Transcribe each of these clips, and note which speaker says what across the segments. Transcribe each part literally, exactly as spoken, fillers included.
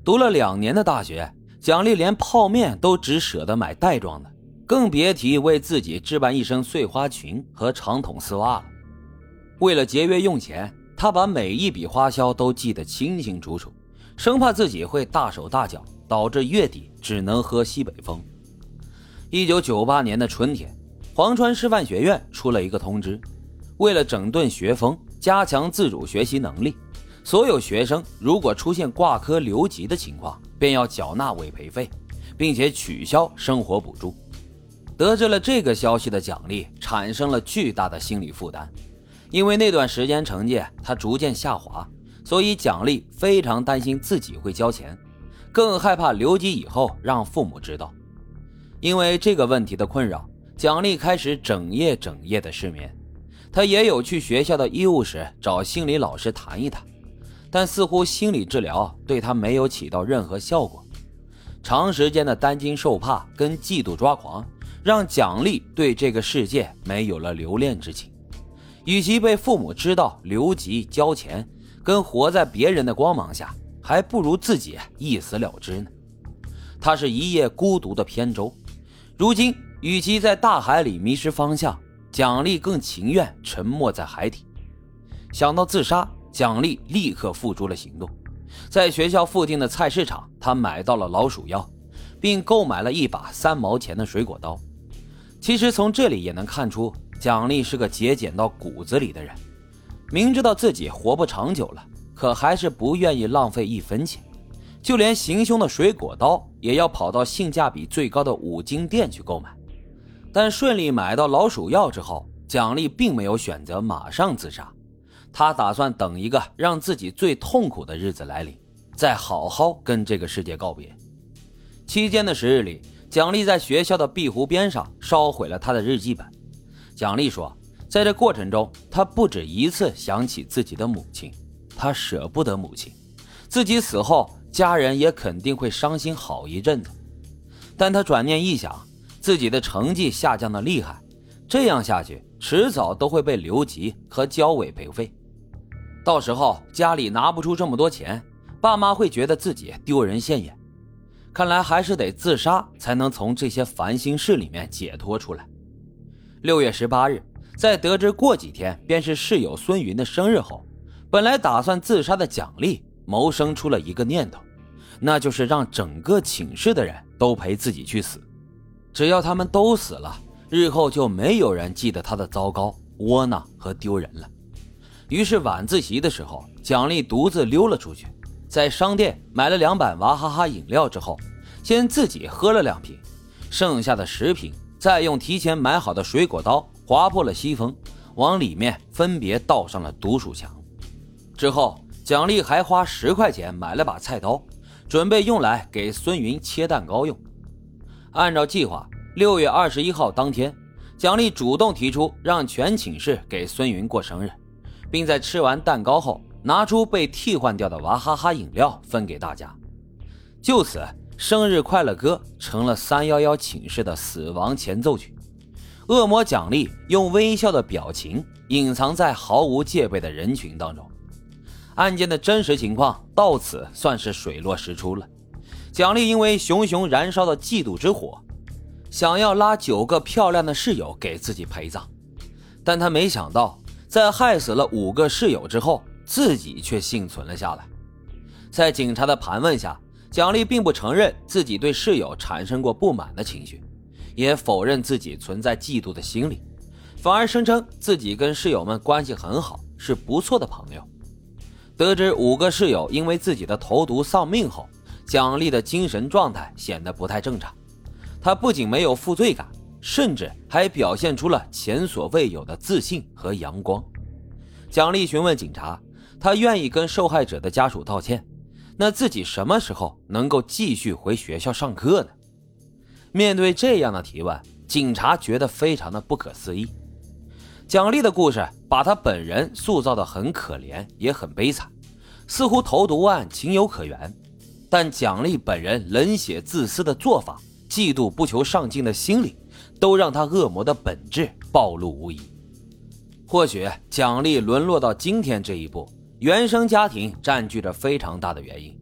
Speaker 1: 读了两年的大学，蒋丽连泡面都只舍得买袋装的，更别提为自己置办一身碎花裙和长筒丝袜了。为了节约用钱，她把每一笔花销都记得清清楚楚，生怕自己会大手大脚，导致月底只能喝西北风。一九九八年的春天，黄川师范学院出了一个通知，为了整顿学风，加强自主学习能力，所有学生如果出现挂科留级的情况，便要缴纳委培费，并且取消生活补助。得知了这个消息的蒋丽产生了巨大的心理负担，因为那段时间成绩她逐渐下滑，所以蒋丽非常担心自己会交钱，更害怕留级以后让父母知道。因为这个问题的困扰，蒋丽开始整夜整夜的失眠。她也有去学校的医务室找心理老师谈一谈，但似乎心理治疗对她没有起到任何效果。长时间的担惊受怕跟嫉妒抓狂，让蒋丽对这个世界没有了留恋之情。与其被父母知道留级交钱，跟活在别人的光芒下，还不如自己一死了之呢。她是一叶孤独的扁舟，如今与其在大海里迷失方向，蒋丽更情愿沉没在海底。想到自杀，蒋丽立刻付诸了行动。在学校附近的菜市场，她买到了老鼠药，并购买了一把三毛钱的水果刀。其实从这里也能看出，蒋丽是个节俭到骨子里的人，明知道自己活不长久了，可还是不愿意浪费一分钱，就连行凶的水果刀也要跑到性价比最高的五金店去购买。但顺利买到老鼠药之后，蒋丽并没有选择马上自杀，她打算等一个让自己最痛苦的日子来临，再好好跟这个世界告别。期间的十日里，蒋丽在学校的壁湖边上烧毁了她的日记本。蒋丽说，在这过程中，她不止一次想起自己的母亲，她舍不得母亲，自己死后家人也肯定会伤心好一阵子。但她转念一想，自己的成绩下降的厉害，这样下去迟早都会被留级和交委培费，到时候家里拿不出这么多钱，爸妈会觉得自己丢人现眼。看来还是得自杀才能从这些烦心事里面解脱出来。六月十八日，在得知过几天便是室友孙云的生日后，本来打算自杀的蒋丽萌生出了一个念头，那就是让整个寝室的人都陪自己去死。只要他们都死了，日后就没有人记得他的糟糕、窝囊和丢人了。于是晚自习的时候，蒋丽独自溜了出去，在商店买了两板娃哈哈饮料之后，先自己喝了两瓶，剩下的十瓶再用提前买好的水果刀划破了吸封，往里面分别倒上了毒鼠强。之后蒋丽还花十块钱买了把菜刀，准备用来给孙云切蛋糕用。按照计划，六月二十一号当天，蒋丽主动提出让全寝室给孙云过生日，并在吃完蛋糕后拿出被替换掉的娃哈哈饮料分给大家。就此，生日快乐歌成了三一一寝室的死亡前奏曲。恶魔蒋丽用微笑的表情隐藏在毫无戒备的人群当中。案件的真实情况到此算是水落石出了。蒋丽因为熊熊燃烧的嫉妒之火，想要拉九个漂亮的室友给自己陪葬，但她没想到，在害死了五个室友之后，自己却幸存了下来。在警察的盘问下，蒋丽并不承认自己对室友产生过不满的情绪，也否认自己存在嫉妒的心理，反而声称自己跟室友们关系很好，是不错的朋友。得知五个室友因为自己的投毒丧命后，蒋丽的精神状态显得不太正常，她不仅没有负罪感，甚至还表现出了前所未有的自信和阳光。蒋丽询问警察，她愿意跟受害者的家属道歉，那自己什么时候能够继续回学校上课呢？面对这样的提问，警察觉得非常的不可思议。蒋丽的故事把她本人塑造得很可怜也很悲惨，似乎投毒案情有可原，但蒋丽本人冷血自私的做法，嫉妒不求上进的心理，都让她恶魔的本质暴露无遗。或许蒋丽沦落到今天这一步，原生家庭占据着非常大的原因。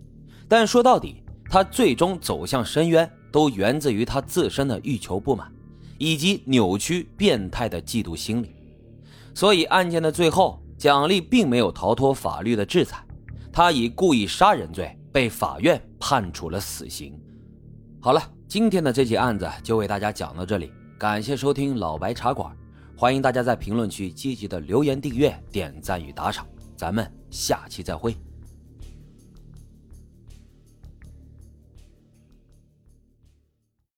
Speaker 1: 但说到底，他最终走向深渊都源自于他自身的欲求不满，以及扭曲变态的嫉妒心理。所以案件的最后，蒋丽并没有逃脱法律的制裁，他以故意杀人罪被法院判处了死刑。好了，今天的这起案子就为大家讲到这里，感谢收听老白茶馆，欢迎大家在评论区积极的留言、订阅、点赞与打赏，咱们下期再会。